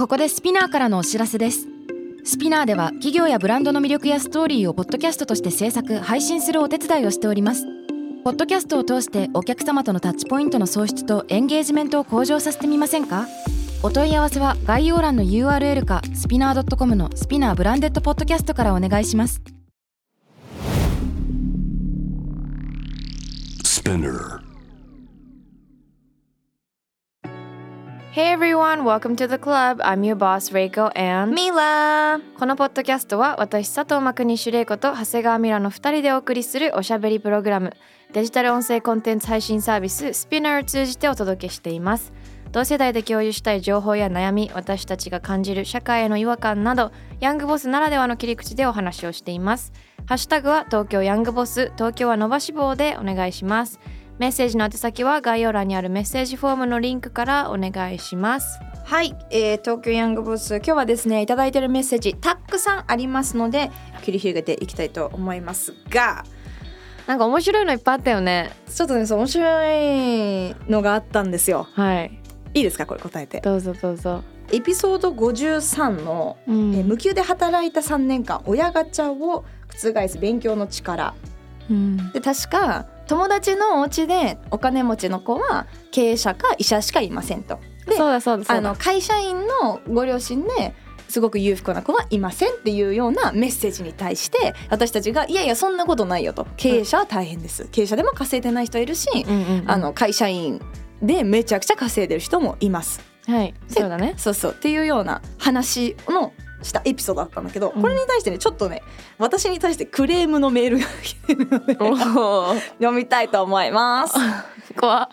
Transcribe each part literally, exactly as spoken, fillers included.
ここでスピナーからのお知らせです。スピナーでは企業やブランドの魅力やストーリーをポッドキャストとして制作・配信するお手伝いをしております。ポッドキャストを通してお客様とのタッチポイントの創出とエンゲージメントを向上させてみませんか？お問い合わせは概要欄の ユーアールエル かスピナー ドットコム のスピナーブランデッドポッドキャストからお願いします。 Hey everyone, welcome to the club. I'm your boss, Reiko and Mila. このポッドキャストは私佐藤真国主玲子と長谷川ミラのふたりでお送りするおしゃべりプログラム、デジタル音声コンテンツ配信サービス Spinner を通じてお届けしています。同世代で共有したい情報や悩み、私たちが感じる社会への違和感など、ヤングボスならではの切り口でお話をしています。ハッシュタグは東京ヤングボス、東京は伸ばし棒でお願いします。メッセージの宛先は概要欄にあるメッセージフォームのリンクからお願いします。 はい、えー、東京ヤングボス、今日はですねいただいているメッセージたくさんありますので繰り広げていきたいと思いますが、 なんか面白いのいっぱいあったよね。 ちょっとね、そう面白いのがあったんですよ。 はい、 いいですか、これ答えて。 どうぞどうぞ。 エピソードごじゅうさんの、うんえー、無給で働いたさんねんかん親ガチャを覆す勉強の力、うん、で確か友達のお家でお金持ちの子は経営者か医者しかいませんと。で、 そうだそうだそうだ、 あの会社員のご両親ですごく裕福な子はいませんっていうようなメッセージに対して、私たちがいやいやそんなことないよと、経営者は大変です、経営者でも稼いでない人いるし、うんうんうん、あの会社員でめちゃくちゃ稼いでる人もいます。 はい、そうだね。 そうそうっていうような話のしたエピソードだったんだけど、これに対してねちょっとね私に対してクレームのメールが来てるので読みたいと思います。 怖っ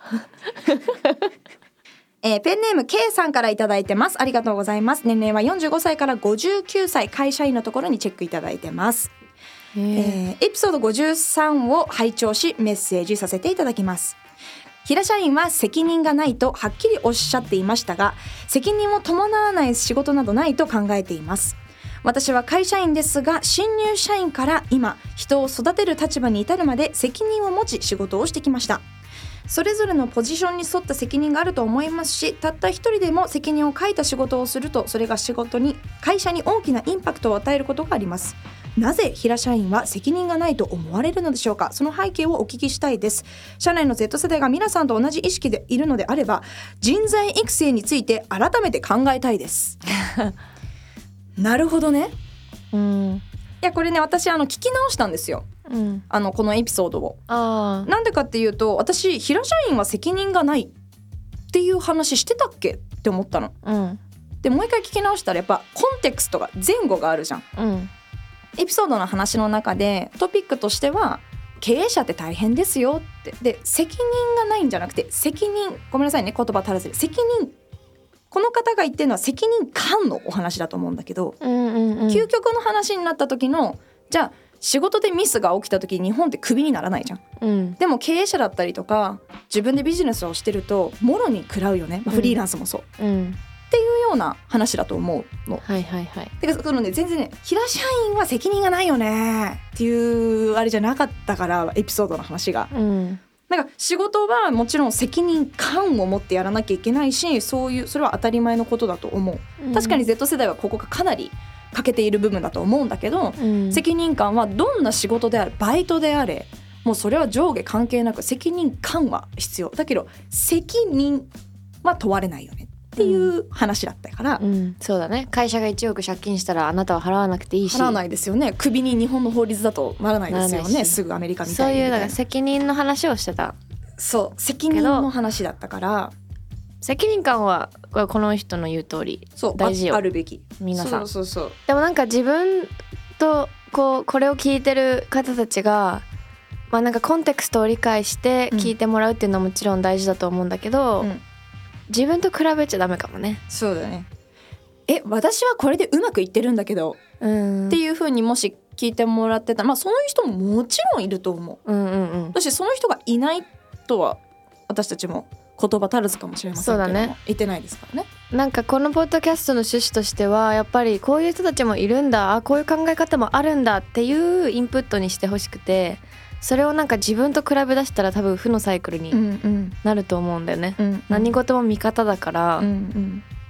えー、ペンネーム K さんからいただいてます。ありがとうございます。年齢はよんじゅうごさいからごじゅうきゅうさい、会社員のところにチェックいただいてます。えー、エピソードごじゅうさんを拝聴しメッセージさせていただきます。平社員は責任がないとはっきりおっしゃっていましたが、責任を伴わない仕事などないと考えています。私は会社員ですが、新入社員から今人を育てる立場に至るまで責任を持ち仕事をしてきました。それぞれのポジションに沿った責任があると思いますし、たった一人でも責任を欠いた仕事をすると、それが仕事に会社に大きなインパクトを与えることがあります。なぜ平社員は責任がないと思われるのでしょうか。その背景をお聞きしたいです。社内の Z 世代が皆さんと同じ意識でいるのであれば、人材育成について改めて考えたいですなるほどね。うん、いやこれね、私あの聞き直したんですよ、うん、あのこのエピソードを。あなんでかっていうと、私平社員は責任がないっていう話してたっけって思ったの、うん、でもう一回聞き直したらやっぱコンテクストが前後があるじゃん、うん、エピソードの話の中でトピックとしては経営者って大変ですよって、で責任がないんじゃなくて責任、ごめんなさいね言葉足らずで、責任、この方が言ってるのは責任感のお話だと思うんだけど、うんうんうん、究極の話になった時の、じゃあ仕事でミスが起きた時日本ってクビにならないじゃん、うん、でも経営者だったりとか自分でビジネスをしてるともろに食らうよね、まあ、フリーランスもそう、うん、っていうような話だと思うの。はいはいはい。だからそのね、全然ね平社員は責任がないよねっていうあれじゃなかったから、エピソードの話が、うん、なんか仕事はもちろん責任感を持ってやらなきゃいけないし、そういうそれは当たり前のことだと思う、うん、確かに Z 世代はここがかなり欠けている部分だと思うんだけど、うん、責任感はどんな仕事であれバイトであれもうそれは上下関係なく責任感は必要だけど責任は問われないよねっていう話だったから、 うんうん、そうだね。会社がいちおく借金したらあなたは払わなくていいし、 払わないですよね。首に日本の法律だとならないですよね、すぐアメリカみたいに。 そういうだから責任の話をしてた。 そう責任の話だったから、 責任感はこの人の言う通り大事よ、 あ, あるべき皆さん。 そうそうそう。 でもなんか自分とこうこれを聞いてる方たちが、まあ、なんかコンテクストを理解して聞いてもらうっていうのはもちろん大事だと思うんだけど、うん、自分と比べちゃダメかもね。 そうだね。え私はこれでうまくいってるんだけど、うん、っていう風にもし聞いてもらってたら、まあそういう人ももちろんいると思う、うんうんうん、だしその人がいないとは私たちも言葉足らずかもしれませんけども、そうだね、言ってないですからね。 なんかこのポッドキャストの趣旨としてはやっぱりこういう人たちもいるんだ、あこういう考え方もあるんだっていうインプットにしてほしくて、それをなんか自分と比べ出したら多分負のサイクルになると思うんだよね、うんうん、何事も見方だから、うんうん、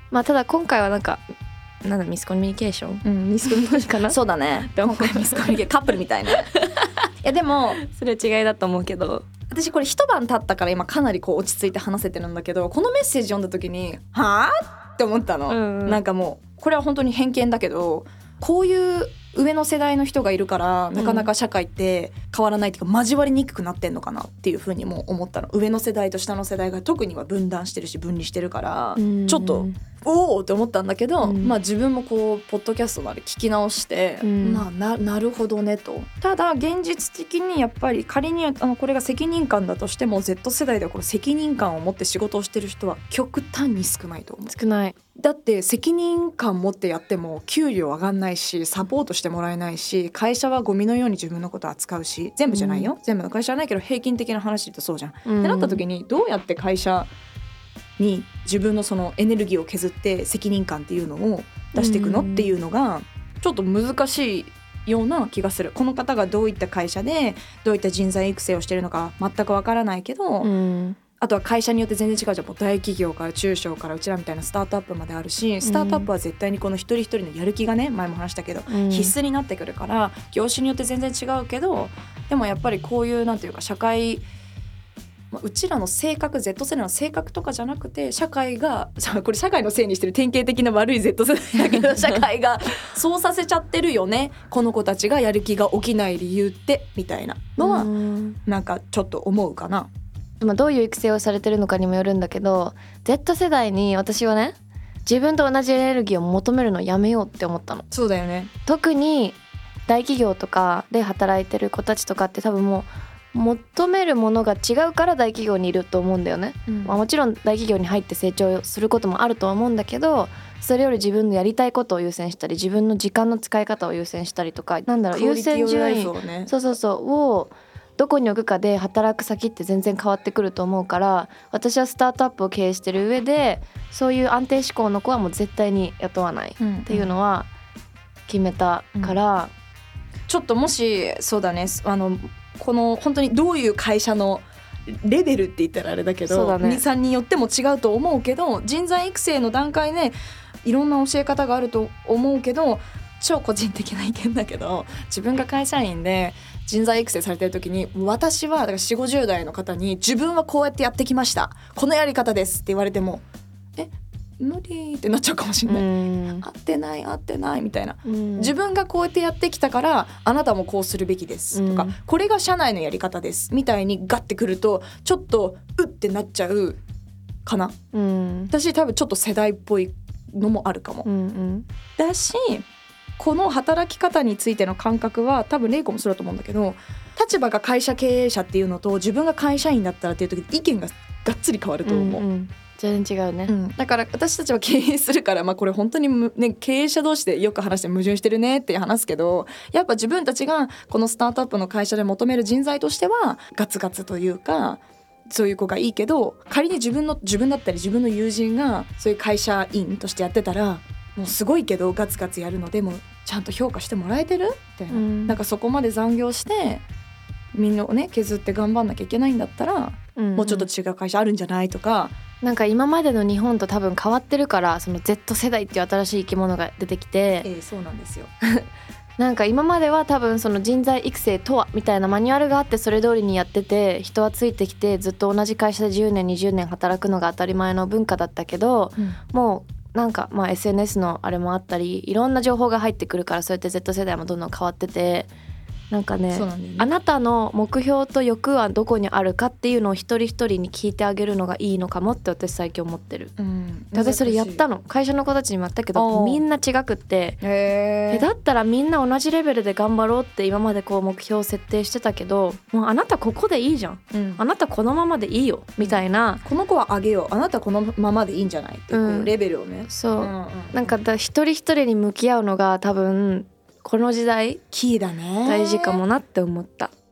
まあただ今回はなんかなんだミスコミュニケーション、 うん、ミスコミュニケーションかなそうだね今回ミスコミュニケーションカップルみたいないやでもそれ違いだと思うけど、 私これ一晩経ったから今かなりこう落ち着いて話せてるんだけど、このメッセージ読んだ時にはぁって思ったの、 うんうん、 なんかもうこれは本当に偏見だけど、こういう上の世代の人がいるからなかなか社会って変わらないっていうか交わりにくくなってんのかなっていうふうにも思ったの。上の世代と下の世代が特には分断してるし分離してるから、うん、ちょっとおおって思ったんだけど、うん、まあ自分もこうポッドキャストまで聞き直して、うん、まあ な, なるほどねと。ただ現実的にやっぱり仮にあのこれが責任感だとしても Z 世代ではこの責任感を持って仕事をしてる人は極端に少ないと思う。 少ない。 だって責任感持ってやっても給料上がんないしサポートしてもらえないし、会社はゴミのように自分のこと扱うし、全部じゃないよ、うん、全部の会社はないけど平均的な話ってそうじゃん、うん、ってなった時にどうやって会社に自分のそのエネルギーを削って責任感っていうのを出していくのっていうのがちょっと難しいような気がする。この方がどういった会社でどういった人材育成をしているのか全くわからないけど、うん、あとは会社によって全然違うじゃん。もう大企業から中小からうちらみたいなスタートアップまであるし、スタートアップは絶対にこの一人一人のやる気がね、前も話したけど、うん、必須になってくるから業種によって全然違うけど、でもやっぱりこういうなんていうか社会、うちらの性格 Z 世代の性格とかじゃなくて社会がこれ社会のせいにしてる典型的な悪い Z 世代だけど社会がそうさせちゃってるよねこの子たちがやる気が起きない理由ってみたいなのはなんかちょっと思うかな。 まあ、どういう育成をされてるのかにもよるんだけど Z 世代に私はね自分と同じエネルギーを求めるのをやめようって思ったの。 そうだよね。 特に大企業とかで働いてる子たちとかって多分もう求めるものが違うから大企業にいると思うんだよね、うんまあ、もちろん大企業に入って成長することもあるとは思うんだけど、それより自分のやりたいことを優先したり自分の時間の使い方を優先したりとか、なんだろう優先順位、ね、そうそうそうをどこに置くかで働く先って全然変わってくると思うから、私はスタートアップを経営してる上でそういう安定志向の子はもう絶対に雇わないっていうのは決めたから、うんうん、 ちょっともしそうだね、あのこの本当にどういう会社のレベルって言ったらあれだけどだ、ね、にさんにんよっても違うと思うけど、人材育成の段階でいろんな教え方があると思うけど、超個人的な意見だけど自分が会社員で人材育成されてる時に私はだから よんじゅうごじゅう代の方に自分はこうやってやってきましたこのやり方ですって言われてもえ無理ってなっちゃうかもしれない。合ってない合ってないみたいな、自分がこうやってやってきたからあなたもこうするべきですとか、これが社内のやり方ですみたいにガッてくるとちょっとうってなっちゃうかな、うん、私多分ちょっと世代っぽいのもあるかも、うんうん、だしこの働き方についての感覚は多分レイコもそうだと思うんだけど、立場が会社経営者っていうのと自分が会社員だったらっていう時意見ががっつり変わると思う、うんうん、 全然違うね、 うん、だから私たちは経営するから、まあ、これ本当に、ね、経営者同士でよく話して矛盾してるねって話すけど、やっぱ自分たちがこのスタートアップの会社で求める人材としてはガツガツというかそういう子がいいけど、仮に自分の自分だったり自分の友人がそういう会社員としてやってたらもうすごいけどガツガツやるのでもちゃんと評価してもらえてるみたいな、うん、なんかそこまで残業してみんなをね削って頑張んなきゃいけないんだったら、うんうん、もうちょっと違う会社あるんじゃないとか、 なんか今までの日本と多分変わってるから、その Z 世代っていう新しい生き物が出てきて、 えー、そうなんですよなんか今までは多分その人材育成とはみたいなマニュアルがあってそれ通りにやってて人はついてきてずっと同じ会社でじゅうねんにじゅうねん働くのが当たり前の文化だったけど、うん、もうなんかまあ エスエヌエス のあれもあったりいろんな情報が入ってくるから、そうやって Z 世代もどんどん変わってて、なんか ね, ねあなたの目標と欲はどこにあるかっていうのを一人一人に聞いてあげるのがいいのかもって私最近思ってる、うん、私それやったの、会社の子たちにもやったけどみんな違くって、へえだったらみんな同じレベルで頑張ろうって今までこう目標を設定してたけど、もうあなたここでいいじゃん、うん、あなたこのままでいいよみたいな、 この子は上げようあなたこのままでいいんじゃないっていう、うん、レベルをね、 そう、うんうん、なんかだ一人一人に向き合うのが多分この時代キーだね大事かもなって思った。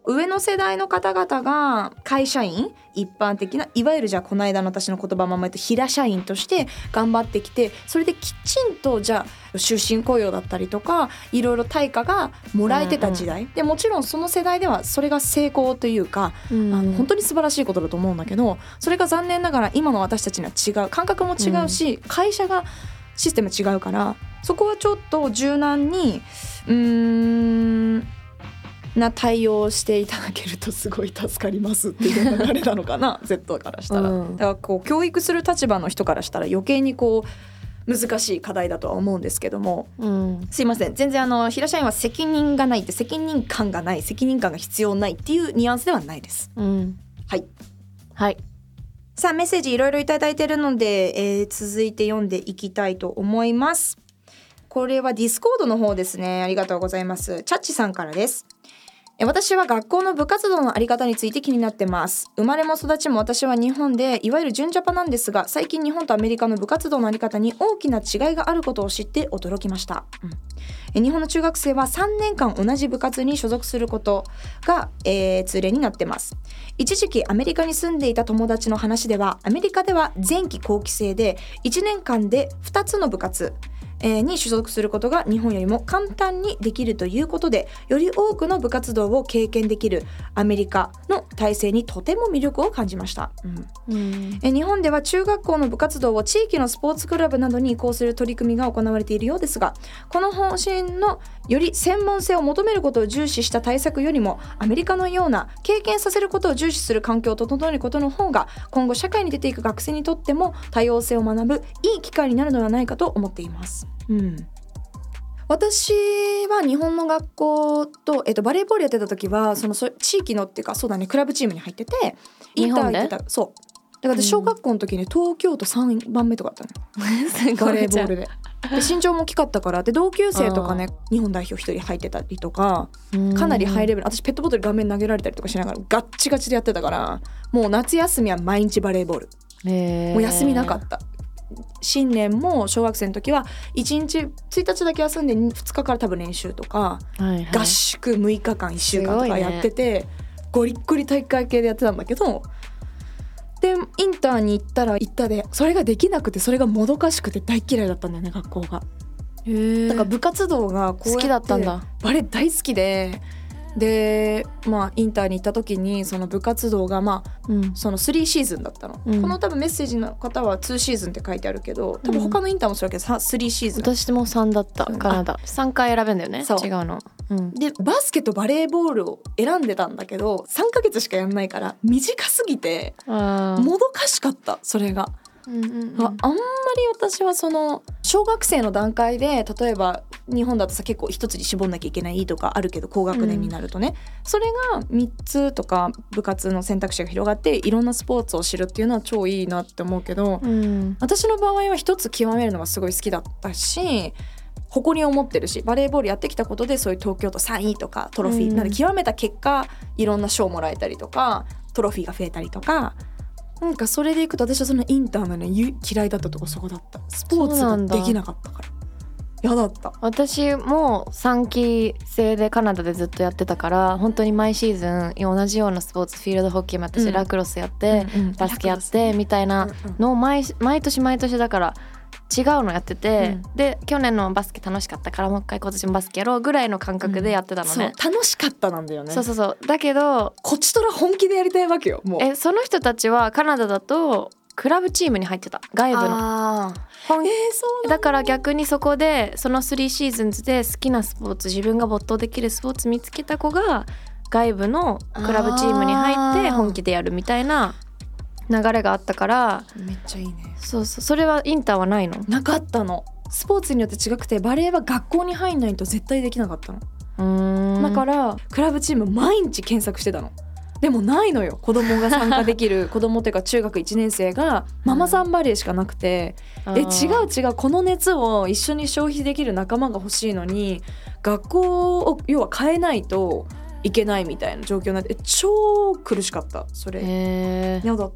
上の世代の方々が会社員、一般的ないわゆるじゃあこの間の私の言葉まま言うと平社員として頑張ってきて、それできちんとじゃあ終身雇用だったりとかいろいろ対価がもらえてた時代、うんうん、でもちろんその世代ではそれが成功というか、うんうん、あの本当に素晴らしいことだと思うんだけど、それが残念ながら今の私たちには違う、感覚も違うし、うん、会社がシステム違うから、そこはちょっと柔軟にうーんな対応していただけるとすごい助かりますっていう流れなのかなZ からしたら、うん、だからこう教育する立場の人からしたら余計にこう難しい課題だとは思うんですけども、うん、すいません、全然あの平社員は責任がないって、責任感がない、責任感が必要ないっていうニュアンスではないです、うん、はいはい。 さあメッセージいろいろいただいているので、えー、続いて読んでいきたいと思います。これはディスコードの方ですね。ありがとうございます。チャッチさんからです。私は学校の部活動のあり方について気になってます。生まれも育ちも私は日本で、いわゆる純ジャパなんですが、最近日本とアメリカの部活動のあり方に大きな違いがあることを知って驚きました、うん、日本の中学生はさんねんかん同じ部活に所属することが、えー、通例になってます。一時期アメリカに住んでいた友達の話では、アメリカでは前期後期制でいちねんかんでふたつの部活に所属することが日本よりも簡単にできるということで、より多くの部活動を経験できるアメリカの体制にとても魅力を感じました、うんうん、え日本では中学校の部活動を地域のスポーツクラブなどに移行する取り組みが行われているようですが、この方針のより専門性を求めることを重視した対策よりも、アメリカのような経験させることを重視する環境を整えることの方が、今後社会に出ていく学生にとっても多様性を学ぶいい機会になるのではないかと思っています。うん、私は日本の学校と、えっと、バレーボールやってた時はそのそ地域のっていうか、そうだね、クラブチームに入ってて、インター入ってた。そうだから小学校の時に東京都さんばんめとかだったのバレーボールで。で身長も大きかったから、で同級生とかね、日本代表一人入ってたりとか、かなりハイレベル。私ペットボトル顔面投げられたりとかしながらガッチガチでやってたから、もう夏休みは毎日バレーボール、もう休みなかった。新年も小学生の時はいちにちついたちだけ休んでふつかから多分練習とか、はいはい、合宿むいかかんいっしゅうかんとかやってて、ね、ゴリッゴリ体育会系でやってたんだけど、でインターに行ったら行ったでそれができなくて、それがもどかしくて大嫌いだったんだよね、学校が。へー。だから部活動がこうやって好きだったんだ。バレー大好きで、でまあインターに行った時にその部活動がまあ、うん、そのスリーシーズンだったの、うん、この多分メッセージの方はツーシーズンって書いてあるけど、多分他のインターもそうだけど、うん、スリーシーズン。 私もさんだった。カナダさんかい選べんだよね。違うの、 うん、でバスケとバレーボールを選んでたんだけど、さんかげつしかやんないから短すぎてもどかしかった、それが。うんうんうん、あ, あんまり私はその小学生の段階で、例えば日本だとさ結構一つに絞んなきゃいけないとかあるけど、高学年になるとね、うん、それがみっつとか部活の選択肢が広がっていろんなスポーツを知るっていうのは超いいなって思うけど、うん、私の場合は一つ極めるのがすごい好きだったし、誇りを持ってるし、バレーボールやってきたことでそういう東京都さんいとかトロフィー、うん、なんで極めた結果いろんな賞もらえたりとかトロフィーが増えたりとか、なんかそれでいくと私はそのインターのね嫌いだったとこそこだった。スポーツができなかったから嫌だった。 私もさんき制でカナダでずっとやってたから、本当に毎シーズン同じようなスポーツ、フィールドホッケーもやったし、うん、ラクロスやって、うんうん、バスケやってみたいなのを 毎, 毎年毎年だから違うのやってて、うん、で去年のバスケ楽しかったからもう一回今年もバスケやろうぐらいの感覚でやってたのね、 うん、そう楽しかったなんだよね。 そうそうそう。だけどこっちとら本気でやりたいわけよ。もうえその人たちはカナダだとクラブチームに入ってた、外部の。あ、えー、そうなんだ。だから逆にそこでそのスリーシーズンズで好きなスポーツ、自分が没頭できるスポーツ見つけた子が外部のクラブチームに入って本気でやるみたいな流れがあったから。 めっちゃいいね。 そうそう。それはインターはないの？ なかったの。スポーツによって違くて、バレーは学校に入んないと絶対できなかったの。うーん、だからクラブチーム毎日検索してたの。でもないのよ、子供が参加できる子供っていうか中学いちねん生がママさんバレーしかなくて、うん、え違う違う、この熱を一緒に消費できる仲間が欲しいのに学校を要は変えないといけないみたいな状況になって超苦しかった。それ嫌だった。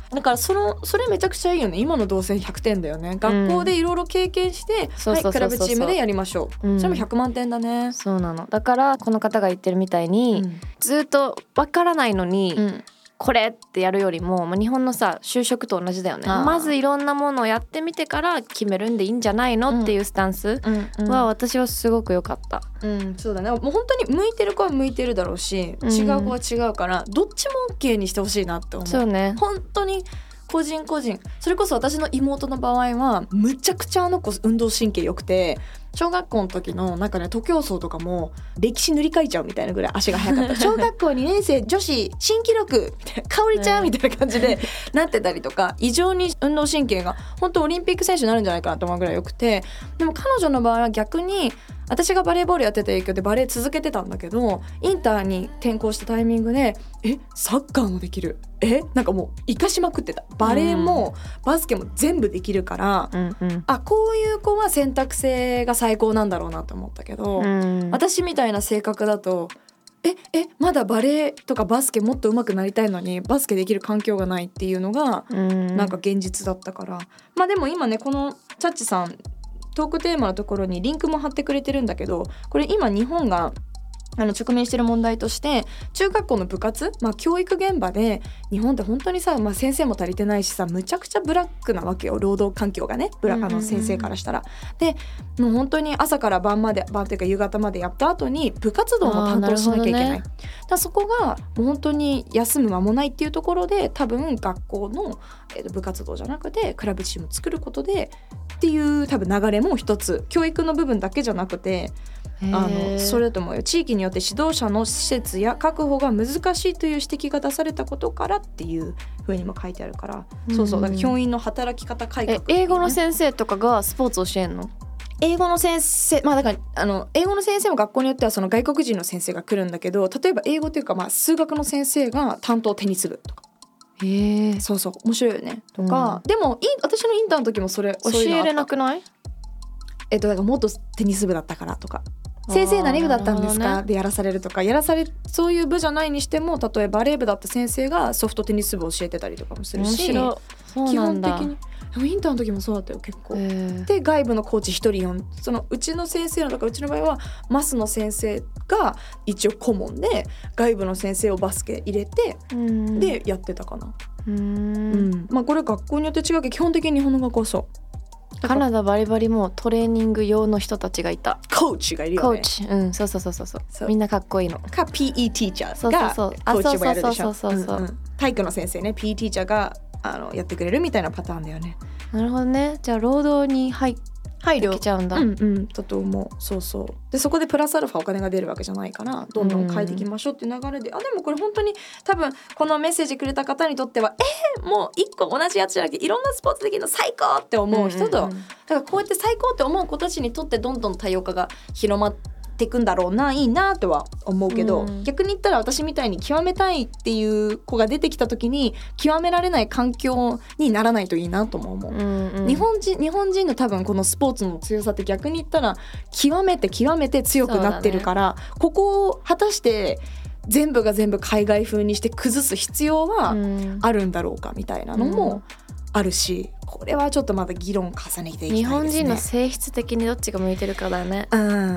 だからそのそれめちゃくちゃいいよね。今の同棲ひゃくてんだよね。学校でいろいろ経験して、うん、はいクラブチームでやりましょう、うん、それもひゃくまんてんだね。 そうなの。だからこの方が言ってるみたいに、うん、ずっとわからないのに、うんこれってやるよりも、まあ、日本のさ就職と同じだよね。まずいろんなものをやってみてから決めるんでいいんじゃないの、うん、っていうスタンスは私はすごく良かった、 うんうん、そうだね。もう本当に向いてる子は向いてるだろうし、うん、違う子は違うからどっちも OK にしてほしいなって思う。 そうね。 本当に個人個人。それこそ私の妹の場合はむちゃくちゃあの子運動神経良くて、小学校の時のなんかね徒競走とかも歴史塗り替えちゃうみたいなぐらい足が速かった小学校にねん生女子新記録みたいな香織ちゃんみたいな感じでなってたりとか、異常に運動神経が本当オリンピック選手になるんじゃないかなと思うぐらい良くて、でも彼女の場合は逆に私がバレーボールやってた影響でバレー続けてたんだけど、インターに転校したタイミングでえサッカーもできる、えなんかもう生かしまくってた。バレーもバスケも全部できるから、うんうん、あこういう子は選択性が最高なんだろうなと思ったけど、うん、私みたいな性格だとええまだバレーとかバスケもっと上手くなりたいのにバスケできる環境がないっていうのが、うん、なんか現実だったから。まあでも今ねこのチャッチさんトークテーマのところにリンクも貼ってくれてるんだけど、これ今日本があの直面している問題として中学校の部活、まあ、教育現場で日本って本当にさ、まあ、先生も足りてないしさむちゃくちゃブラックなわけよ労働環境がねブラ、あの先生からしたら。でもう本当に朝から晩まで晩というか夕方までやった後に部活動も担当しなきゃいけない、ね、だからそこがもう本当に休む間もないっていうところで多分学校の、えー、部活動じゃなくてクラブチームを作ることでっていう多分流れも一つ教育の部分だけじゃなくてあのそれだと思うよ。地域によって指導者の施設や確保が難しいという指摘が出されたことからっていう風にも書いてあるから、うん、そうそうだから教員の働き方改革、ね、 英語の先生とかがスポーツ教えんの？ 英語の先生まあだからあの英語の先生も学校によってはその外国人の先生が来るんだけど、例えば英語というかまあ数学の先生が担当テニス部とか。 へーそうそう面白いよねとか、うん、でも私のインターの時もそれ教えれなくない？ えっとだから元テニス部だったからとか先生何部だったんですか、ね、でやらされるとかやらされそういう部じゃないにしても例えばバレー部だった先生がソフトテニス部を教えてたりとかもするし、 そうなんだ。 基本的にでもインターの時もそうだったよ結構。で外部のコーチ一人呼んそのうちの先生のとかうちの場合はマスの先生が一応顧問で外部の先生をバスケ入れてでやってたかな。うーん、うん、まあこれ学校によって違うけど基本的に日本の学校はそう。 カナダバリバリもトレーニング用の人たちがいた。 コーチがいるよね。 コーチ、うん、そうそうそうそうそう。みんなかっこいいの。 か ピーイー ティーチャーがコーチもやるでしょ。体育の先生ね ピーイー ティーチャーがあのやってくれるみたいなパターンだよね。 なるほどね。じゃあ労働に入配慮きちゃうんだ。 うんうん、だと思う。そうそうでそこでプラスアルファお金が出るわけじゃないからどんどん変えていきましょうっていう流れで、うん、あでもこれ本当に多分このメッセージくれた方にとってはえー、もう一個同じやつじゃなくていろんなスポーツできるの最高って思う人と、うんうんうん、だからこうやって最高って思う子たちにとってどんどん多様化が広まってっていくんだろうないいなとは思うけど、うん、逆に言ったら私みたいに極めたいっていう子が出てきた時に極められない環境にならないといいなとも思う、うんうん、日本人日本人の多分このスポーツの強さって逆に言ったら極めて極めて強くなってるから、ね、ここを果たして全部が全部海外風にして崩す必要はあるんだろうかみたいなのもあるし、これはちょっとまだ議論重ねていきたいですね。 日本人の性質的にどっちが向いてるかだよね。 うん、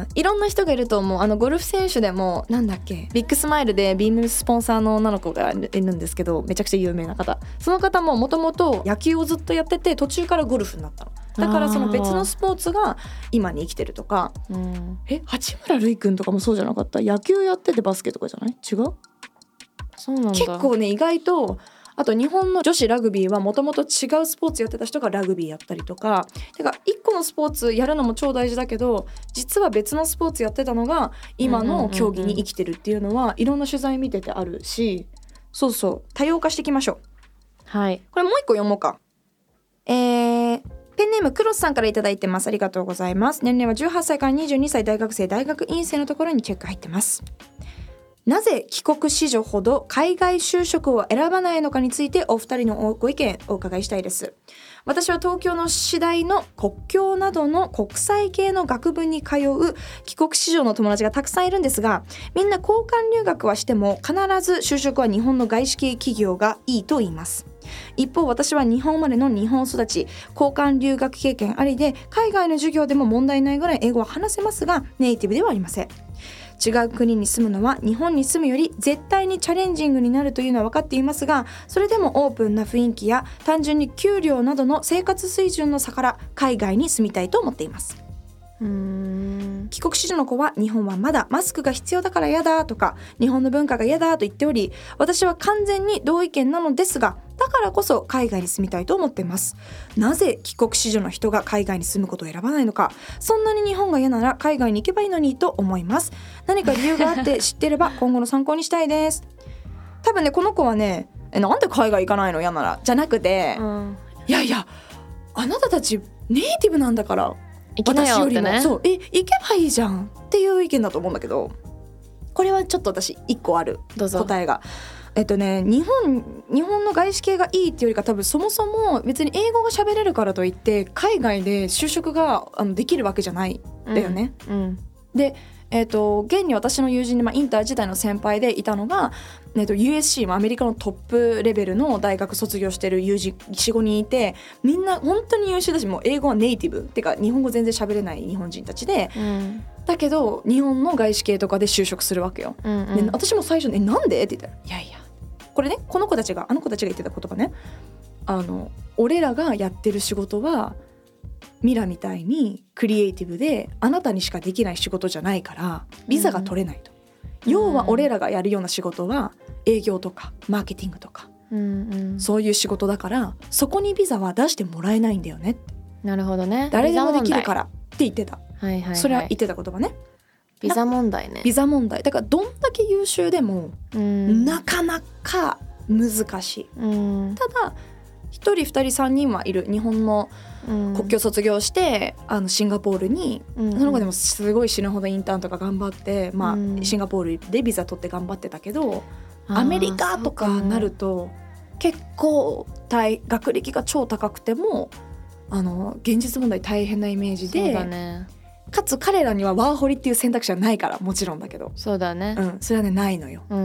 いろんな人がいると思う。あのゴルフ選手でもなんだっけビッグスマイルでビームスポンサーの女の子がいるんですけどめちゃくちゃ有名な方、その方ももともと野球をずっとやってて途中からゴルフになったの。だからその別のスポーツが今に生きてるとか、うん、え八村塁君とかもそうじゃなかった？野球やっててバスケとかじゃない？違う？ そうなんだ。 結構ね意外とあと日本の女子ラグビーはもともと違うスポーツやってた人がラグビーやったりとか、てか一個のスポーツやるのも超大事だけど実は別のスポーツやってたのが今の競技に生きてるっていうのはいろんな取材見ててあるし、そうそう多様化していきましょう。 はい、 これもう一個読もうか。えーペンネームクロスさんからいただいてます。ありがとうございます。年齢はじゅうはっさいからにじゅうにさい、大学生大学院生のところにチェック入ってます。なぜ帰国子女ほど海外就職を選ばないのかについてお二人のご意見お伺いしたいです。私は東京の私大の国境などの国際系の学部に通う帰国子女の友達がたくさんいるんですが、みんな交換留学はしても必ず就職は日本の外資系企業がいいと言います。 一方私は日本生まれの日本育ち、交換留学経験ありで海外の授業でも問題ないぐらい英語は話せますがネイティブではありません。違う国に住むのは日本に住むより絶対にチャレンジングになるというのは分かっていますが、それでもオープンな雰囲気や単純に給料などの生活水準の差から海外に住みたいと思っています。 うーん帰国子女の子は日本はまだマスクが必要だから嫌だとか日本の文化が嫌だと言っており、私は完全に同意見なのですが、だからこそ海外に住みたいと思っています。なぜ帰国子女の人が海外に住むことを選ばないのか、そんなに日本が嫌なら海外に行けばいいのにと思います。何か理由があって知っていれば今後の参考にしたいです。多分ねこの子はね、えなんで海外行かないの嫌ならじゃなくて、うん、いやいやあなたたちネイティブなんだから行きなよってね、 私よりもそうえ行けばいいじゃんっていう意見だと思うんだけど、これはちょっと私一個ある答えが。えっとね日本日本の外資系がいいっていうよりか、多分そもそも別に英語が喋れるからといって海外で就職があのできるわけじゃないんだよね、うんうん、でえー、と現に私の友人で、まあ、インター時代の先輩でいたのが、えー、と ユーエスシー もアメリカのトップレベルの大学卒業してる友人 よん,ご 人いて、みんな本当に優秀だし、もう英語はネイティブってか日本語全然喋れない日本人たちで、うん、だけど日本の外資系とかで就職するわけよ、うんうん、で私も最初にえなんでって言ったら、いやいやこれねこの子たちがあの子たちが言ってた言葉ね、あの俺らがやってる仕事はミラみたいにクリエイティブであなたにしかできない仕事じゃないからビザが取れないと、うん、要は俺らがやるような仕事は営業とかマーケティングとか、うんうん、そういう仕事だからそこにビザは出してもらえないんだよねって。 なるほどね、 誰でもできるからって言ってた、はいはいはい、それは言ってた言葉ね。 ビザ問題ね。 ビザ問題だからどんだけ優秀でも、うん、なかなか難しい、うん、ただひとりふたりさんにんはいる日本の国境卒業して、うん、あのシンガポールに、うんうん、その子でもすごい死ぬほどインターンとか頑張って、まあうん、シンガポールでビザ取って頑張ってたけど、アメリカとかなると結構学歴が超高くてもあの現実問題大変なイメージで、 そうだね、 かつ彼らにはワーホリっていう選択肢はないから、もちろんだけど、 そうだね、 うん、それはねないのよ、うんうん、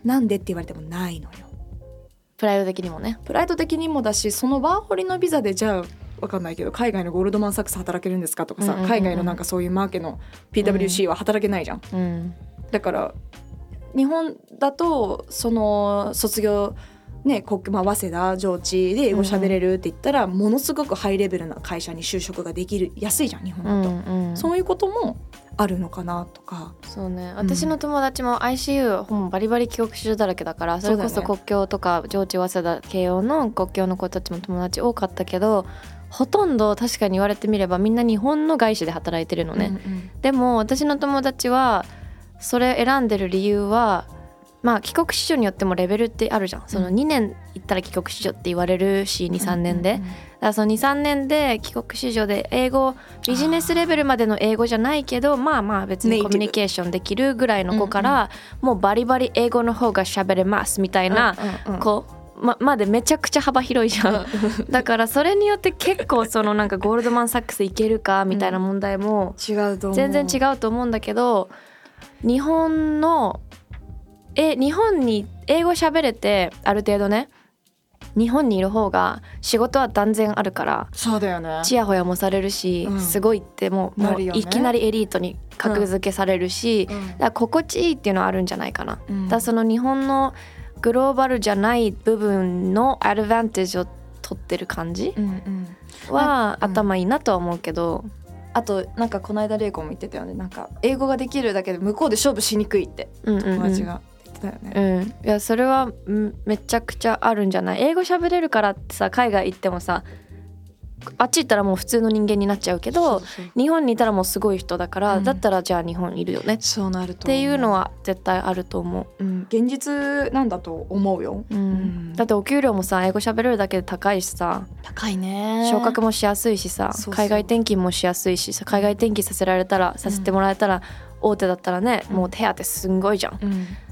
なんでって言われてもないのよ。 プライド的にもねプライド的にもだし、そのワーホリのビザでじゃあ分かんないけど海外のゴールドマンサックス働けるんですかとかさ、うんうんうんうん、海外のなんかそういうマーケの ピーダブリューシー は働けないじゃん、うん、だから日本だとその卒業ね、まあ、早稲田上智で英語喋れるって言ったら、うん、ものすごくハイレベルな会社に就職ができるやすいじゃん日本だと、うんうん、そういうこともあるのかなとか。 そうね、私の友達も アイシーユー ほぼバリバリ帰国子女だらけだから、それこそ国境とか上智早稲田慶応の国境の子たちも友達多かったけど、ほとんど確かに言われてみればみんな日本の外資で働いてるのね、うんうん、でも私の友達はそれ選んでる理由は、まあ帰国子女によってもレベルってあるじゃん、そのにねん行ったら帰国子女って言われるし にさんねんで、うんうんうん、だからその にさんねんで帰国子女で英語ビジネスレベルまでの英語じゃないけど、まあまあ別にコミュニケーションできるぐらいの子から、もうバリバリ英語の方が喋れますみたいな子ま, までめちゃくちゃ幅広いじゃんだからそれによって結構そのなんかゴールドマンサックスいけるかみたいな問題も全然違うと思うんだけど、日本のえ日本に英語喋れてある程度ね、日本にいる方が仕事は断然あるから、 そうだよね、 ちやほやもされるし、うん、すごいってもう、もういきなりエリートに格付けされるし、うん、だから心地いいっていうのはあるんじゃないかな、うん、だからその日本のグローバルじゃない部分のアドバンテージを取ってる感じは頭いいなとは思うけど、うん、 あとなんかこの間レイコも言ってたよね、なんか英語ができるだけで向こうで勝負しにくいって友達が言ってたよね、 うんうんうん、いやそれはめちゃくちゃあるんじゃない。英語喋れるからってさ、海外行ってもさあっち行ったらもう普通の人間になっちゃうけど、そうそう、日本にいたらもうすごい人だから、うん、だったらじゃあ日本いるよね、 そうなるとっていうのは絶対あると思う、 うん、現実なんだと思うよ、 うんうん、だってお給料もさ英語喋れるだけで高いしさ、 高いね、 昇格もしやすいしさ、そうそう、海外転勤もしやすいしさ、海外転勤させられたら、うん、させてもらえたら大手だったらね、うん、もう手当すんごいじゃん、うん、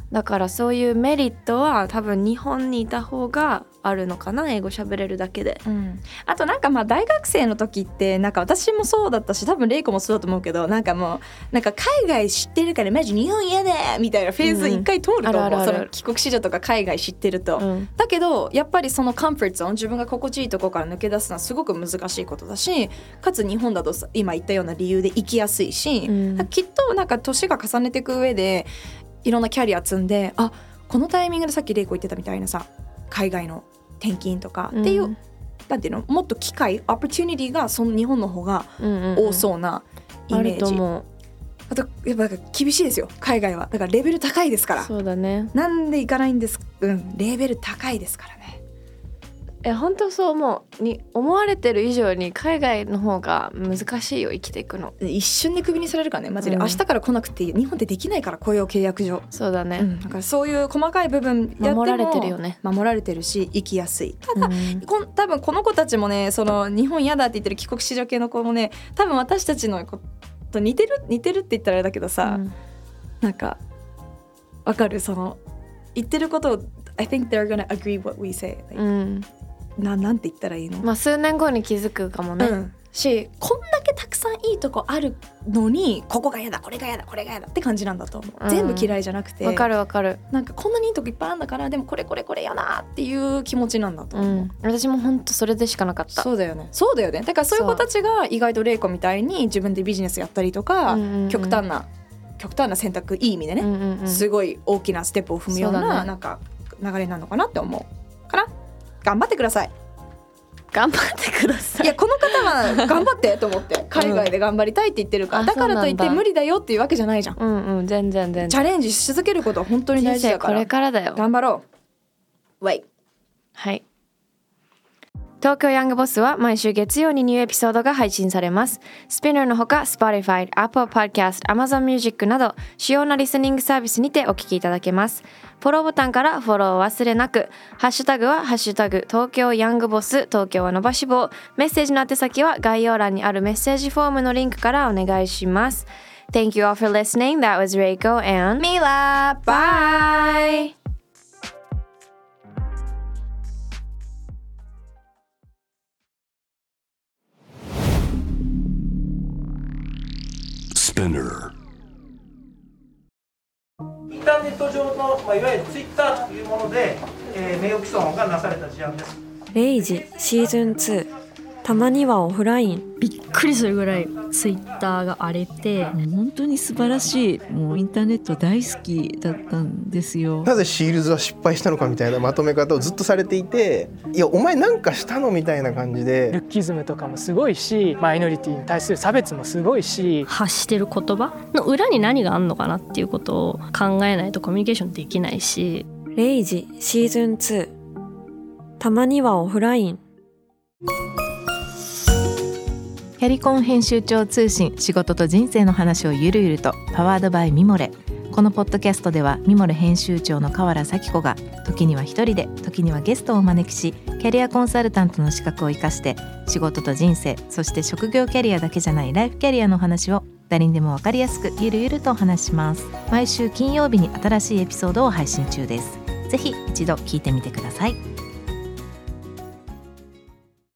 だからそういうメリットは多分日本にいた方があるのかな、英語喋れるだけで、 うん、あとなんかまあ大学生の時ってなんか私もそうだったし多分レイコもそうだと思うけど、なんかもうなんか海外知ってるからマジ日本嫌だみたいなフェーズ一回通ると思う、うん、 あるあるあるその帰国子女とか海外知ってると、うん、だけどやっぱりそのコンフォートゾーン、自分が心地いいところから抜け出すのはすごく難しいことだし、かつ日本だと今言ったような理由で生きやすいし、うん、きっとなんか年が重ねていく上でいろんなキャリア積んで、あこのタイミングでさっきレイコ言ってたみたいなさ海外の転勤とかっていう、うん、なんていうの、もっと機会オプチュニティがその日本の方が多そうなイメージ、うんうんうん、あると思う。あとやっぱ厳しいですよ海外は、だからレベル高いですから。 そうだね。 なんで行かないんです、うん、レベル高いですからね。 え本当そう思うに思われてる以上に海外の方が難しいよ生きていくの。 一瞬でクビにされるからねマジで、うん、明日から来なくていい、日本ってできないから雇用契約上。 そうだね、 うん、だからそういう細かい部分やっても守られてるよね。 守られてるし生きやすい。ただ、うん、こん多分この子たちもね、その日本嫌だって言ってる帰国子女系の子もね、多分私たちのこと似てる似てるって言ったらあれだけどさ、うん、なんかわかる、その言ってることを I think they're gonna agree what we say、like うんな, なんて言ったらいいの、 まあ、数年後に気づくかもね、うん、 しこんだけたくさんいいとこあるのにここが嫌だこれが嫌だこれが嫌だって感じなんだと思う、うん、全部嫌いじゃなくて、 わかるわかる、 なんかこんなにいいとこいっぱいあるんだから、でもこれこれこれ嫌だっていう気持ちなんだと思う、うん、 私も本当それでしかなかった。 そうだよねそうだよね。だからそういう子たちが意外とレイコみたいに自分でビジネスやったりとか、うんうんうん、極端な極端な選択、いい意味でね、うんうんうん、すごい大きなステップを踏むような、ね、なんか流れなのかなって思うから、頑張ってください。 頑張ってください。 いやこの方は頑張ってと思って海外で頑張りたいって言ってるから、うん、だからといって無理だよっていうわけじゃないじゃん。 うんうん全然全然。 チャレンジし続けることは本当に大事だから。 これからだよ。 頑張ろう。ウェイ。 はい。東京ヤングボスは毎週月曜にニューエピソードが配信されます。スピナーのほか Spotify、Apple Podcast、Amazon Music など主要なリスニングサービスにてお聞きいただけます。フォローボタンからフォローを忘れなく。ハッシュタグはハッシュタグ東京ヤングボス、東京は伸ばし棒。メッセージの宛先は概要欄にあるメッセージフォームのリンクからお願いします。Thank you all for listening. That was Reiko and Mila. Bye! Spinner インターネット上の、まあ、いわゆるツイッターというもので、えー、名誉毀損がなされた事案です。 レイジシーズンツー、たまにはオフライン。 びっくりするぐらいツイッターが荒れて、 もう本当に素晴らしい、もうインターネット大好きだったんですよ。 なぜシールズは失敗したのかみたいなまとめ方をずっとされていて、いやお前なんかしたのみたいな感じで、 ルッキズムとかもすごいし、マイノリティに対する差別もすごいし、 発してる言葉の裏に何があんのかなっていうことを考えないとコミュニケーションできないし。 レイジシーズンツー、たまにはオフライン。 キャリコン編集長通信、仕事と人生の話をゆるゆると、パワードバイミモレ。このポッドキャストではミモレ編集長の河原咲子が時には一人で時にはゲストをお招きし、キャリアコンサルタントの資格を生かして仕事と人生、そして職業キャリアだけじゃないライフキャリアの話を誰にでも分かりやすくゆるゆるとお話します。毎週金曜日に新しいエピソードを配信中です。ぜひ一度聞いてみてください。